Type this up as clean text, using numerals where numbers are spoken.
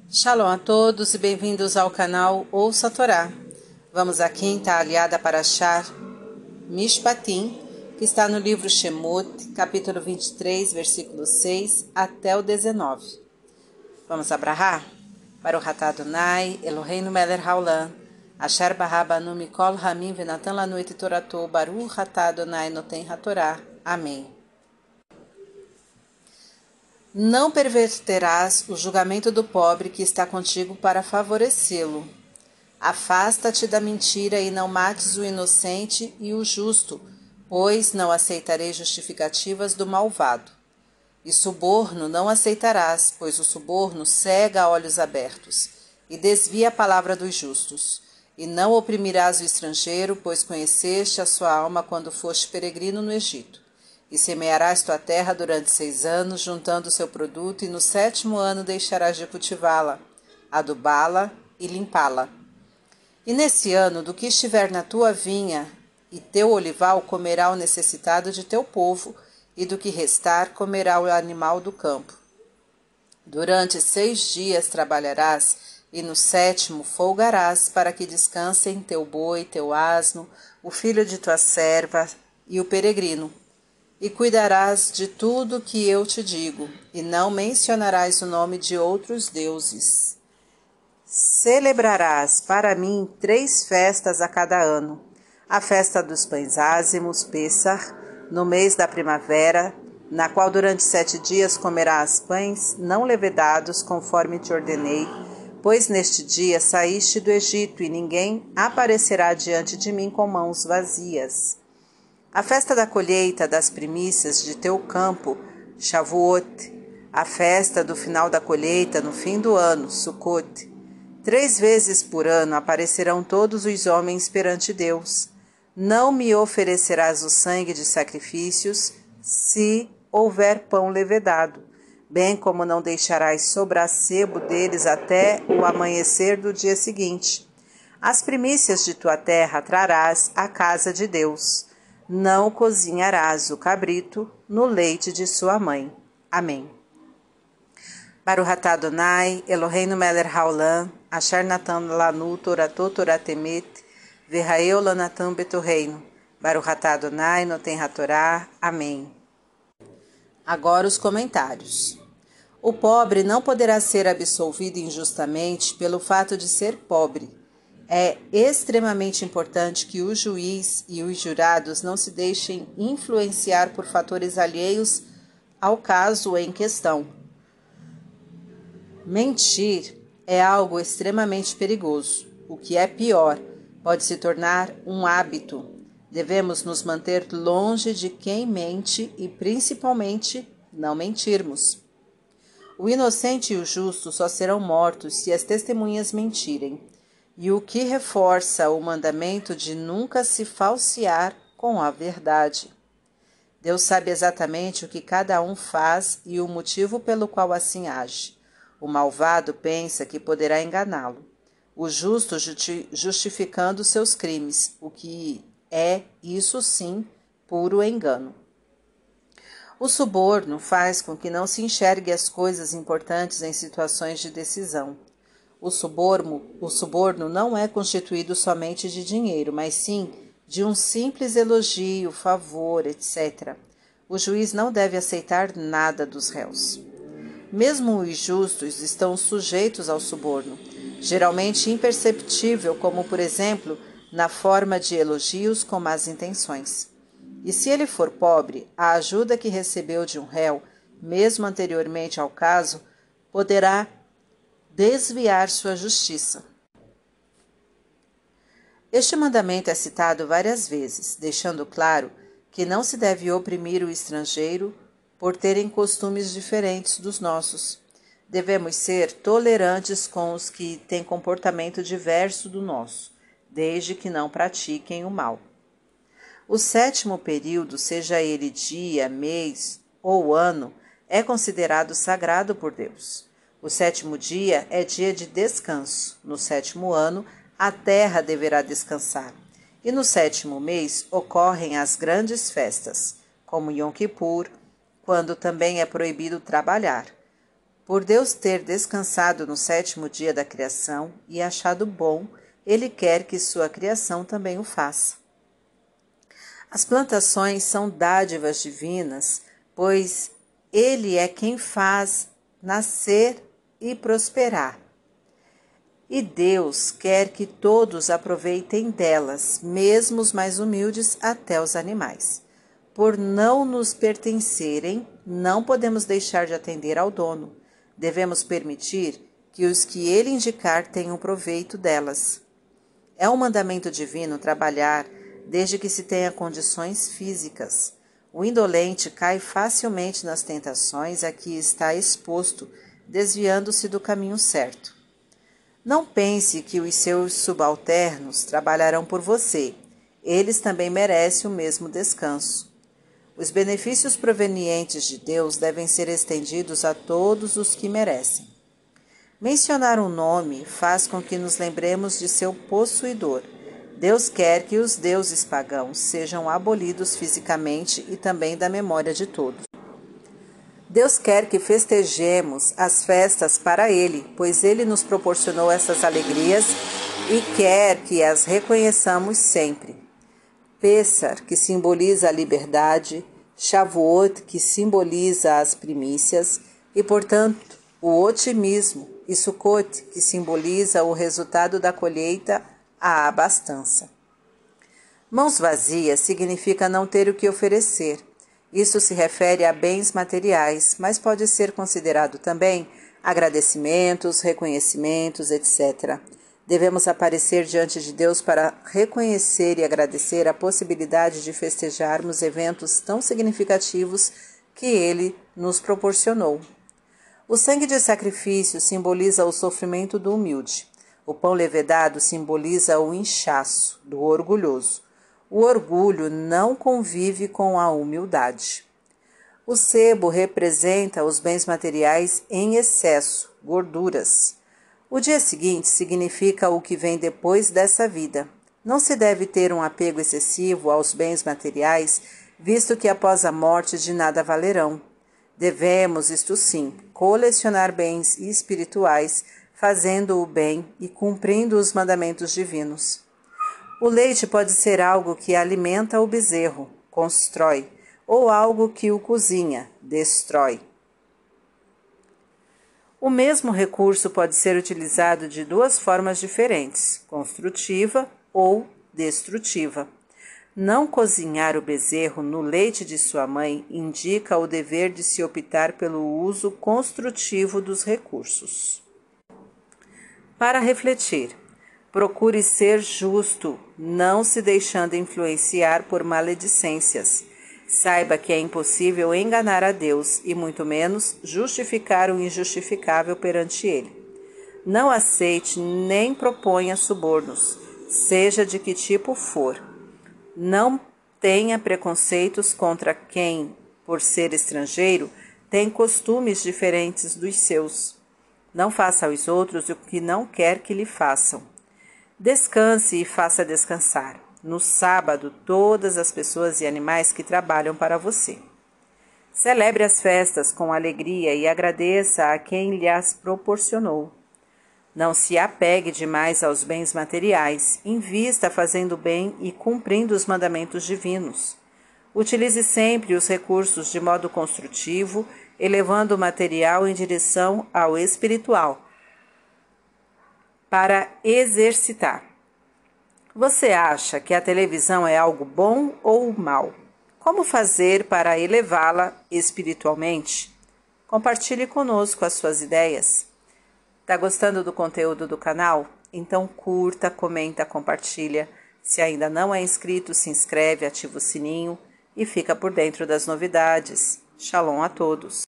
Shalom a todos e bem-vindos ao canal Ouça a Torá. Vamos à quinta aliada para achar Mishpatim, que está no livro Shemot, capítulo 23, versículo 6 até o 19. Vamos abrahar? Para o Ratá Adonai, Eloheinu melech haolam, Asher bará banu mikol hamim venatan lanu et torato, Baruch Ratá Adonai noten hatorá. Amém. Não perverterás o julgamento do pobre que está contigo para favorecê-lo. Afasta-te da mentira e não mates o inocente e o justo, pois não aceitarei justificativas do malvado. E suborno não aceitarás, pois o suborno cega a olhos abertos, e desvia a palavra dos justos. E não oprimirás o estrangeiro, pois conheceste a sua alma quando foste peregrino no Egito. E semearás tua terra durante 6 anos, juntando o seu produto, e no 7º ano deixarás de cultivá-la, adubá-la e limpá-la. E nesse ano, do que estiver na tua vinha e teu olival, comerá o necessitado de teu povo, e do que restar, comerá o animal do campo. Durante 6 dias trabalharás, e no 7º folgarás, para que descansem teu boi, teu asno, o filho de tua serva e o peregrino. E cuidarás de tudo que eu te digo, e não mencionarás o nome de outros deuses. Celebrarás para mim 3 festas a cada ano: a festa dos pães ázimos, Pêssar, no mês da primavera, na qual durante 7 dias comerás pães não levedados, conforme te ordenei, pois neste dia saíste do Egito, e ninguém aparecerá diante de mim com mãos vazias. A festa da colheita das primícias de teu campo, Shavuot, a festa do final da colheita no fim do ano, Sukkot. 3 vezes por ano aparecerão todos os homens perante Deus. Não me oferecerás o sangue de sacrifícios, se houver pão levedado, bem como não deixarás sobracebo deles até o amanhecer do dia seguinte. As primícias de tua terra trarás à casa de Deus. Não cozinharás o cabrito no leite de sua mãe. Amém. Baruch Ratá Adonai, Eloheinu melech haolam, Asher natan lanu torato toratemet, Verraeu lanatan betorreino. Baruch Ratá Adonai noten hatorá. Amém. Agora os comentários. O pobre não poderá ser absolvido injustamente pelo fato de ser pobre. É extremamente importante que o juiz e os jurados não se deixem influenciar por fatores alheios ao caso em questão. Mentir é algo extremamente perigoso. O que é pior, pode se tornar um hábito. Devemos nos manter longe de quem mente e, principalmente, não mentirmos. O inocente e o justo só serão mortos se as testemunhas mentirem. E o que reforça o mandamento de nunca se falsear com a verdade. Deus sabe exatamente o que cada um faz e o motivo pelo qual assim age. O malvado pensa que poderá enganá-lo. O justo justificando seus crimes, o que é, isso sim, puro engano. O suborno faz com que não se enxergue as coisas importantes em situações de decisão. O suborno não é constituído somente de dinheiro, mas sim de um simples elogio, favor, etc. O juiz não deve aceitar nada dos réus. Mesmo os justos estão sujeitos ao suborno, geralmente imperceptível, como, por exemplo, na forma de elogios com más intenções. E se ele for pobre, a ajuda que recebeu de um réu, mesmo anteriormente ao caso, poderá desviar sua justiça. Este mandamento é citado várias vezes, deixando claro que não se deve oprimir o estrangeiro por terem costumes diferentes dos nossos. Devemos ser tolerantes com os que têm comportamento diverso do nosso, desde que não pratiquem o mal. O 7º período, seja ele dia, mês ou ano, é considerado sagrado por Deus. O 7º dia é dia de descanso. No 7º ano, a terra deverá descansar. E no 7º mês ocorrem as grandes festas, como Yom Kippur, quando também é proibido trabalhar. Por Deus ter descansado no 7º dia da criação e achado bom, Ele quer que sua criação também o faça. As plantações são dádivas divinas, pois Ele é quem faz nascer e prosperar. E Deus quer que todos aproveitem delas, mesmo os mais humildes até os animais. Por não nos pertencerem, não podemos deixar de atender ao dono. Devemos permitir que os que ele indicar tenham proveito delas. É um mandamento divino trabalhar desde que se tenha condições físicas. O indolente cai facilmente nas tentações a que está exposto, desviando-se do caminho certo. Não pense que os seus subalternos trabalharão por você. Eles também merecem o mesmo descanso. Os benefícios provenientes de Deus devem ser estendidos a todos os que merecem. Mencionar um nome faz com que nos lembremos de seu possuidor. Deus quer que os deuses pagãos sejam abolidos fisicamente e também da memória de todos. Deus quer que festejemos as festas para Ele, pois Ele nos proporcionou essas alegrias e quer que as reconheçamos sempre. Pêssar, que simboliza a liberdade, Shavuot, que simboliza as primícias, e, portanto, o otimismo, e Sukkot, que simboliza o resultado da colheita, a abastança. Mãos vazias significa não ter o que oferecer. Isso se refere a bens materiais, mas pode ser considerado também agradecimentos, reconhecimentos, etc. Devemos aparecer diante de Deus para reconhecer e agradecer a possibilidade de festejarmos eventos tão significativos que Ele nos proporcionou. O sangue de sacrifício simboliza o sofrimento do humilde. O pão levedado simboliza o inchaço do orgulhoso. O orgulho não convive com a humildade. O sebo representa os bens materiais em excesso, gorduras. O dia seguinte significa o que vem depois dessa vida. Não se deve ter um apego excessivo aos bens materiais, visto que após a morte de nada valerão. Devemos, isto sim, colecionar bens espirituais, fazendo o bem e cumprindo os mandamentos divinos. O leite pode ser algo que alimenta o bezerro, constrói, ou algo que o cozinha, destrói. O mesmo recurso pode ser utilizado de duas formas diferentes, construtiva ou destrutiva. Não cozinhar o bezerro no leite de sua mãe indica o dever de se optar pelo uso construtivo dos recursos. Para refletir, procure ser justo, não se deixando influenciar por maledicências. Saiba que é impossível enganar a Deus e muito menos justificar o injustificável perante Ele. Não aceite nem proponha subornos, seja de que tipo for. Não tenha preconceitos contra quem, por ser estrangeiro, tem costumes diferentes dos seus. Não faça aos outros o que não quer que lhe façam. Descanse e faça descansar. No sábado, todas as pessoas e animais que trabalham para você. Celebre as festas com alegria e agradeça a quem lhe as proporcionou. Não se apegue demais aos bens materiais, invista fazendo bem e cumprindo os mandamentos divinos. Utilize sempre os recursos de modo construtivo, elevando o material em direção ao espiritual, para exercitar. Você acha que a televisão é algo bom ou mal? Como fazer para elevá-la espiritualmente? Compartilhe conosco as suas ideias. Está gostando do conteúdo do canal? Então curta, comenta, compartilha. Se ainda não é inscrito, se inscreve, ativa o sininho e fica por dentro das novidades. Shalom a todos!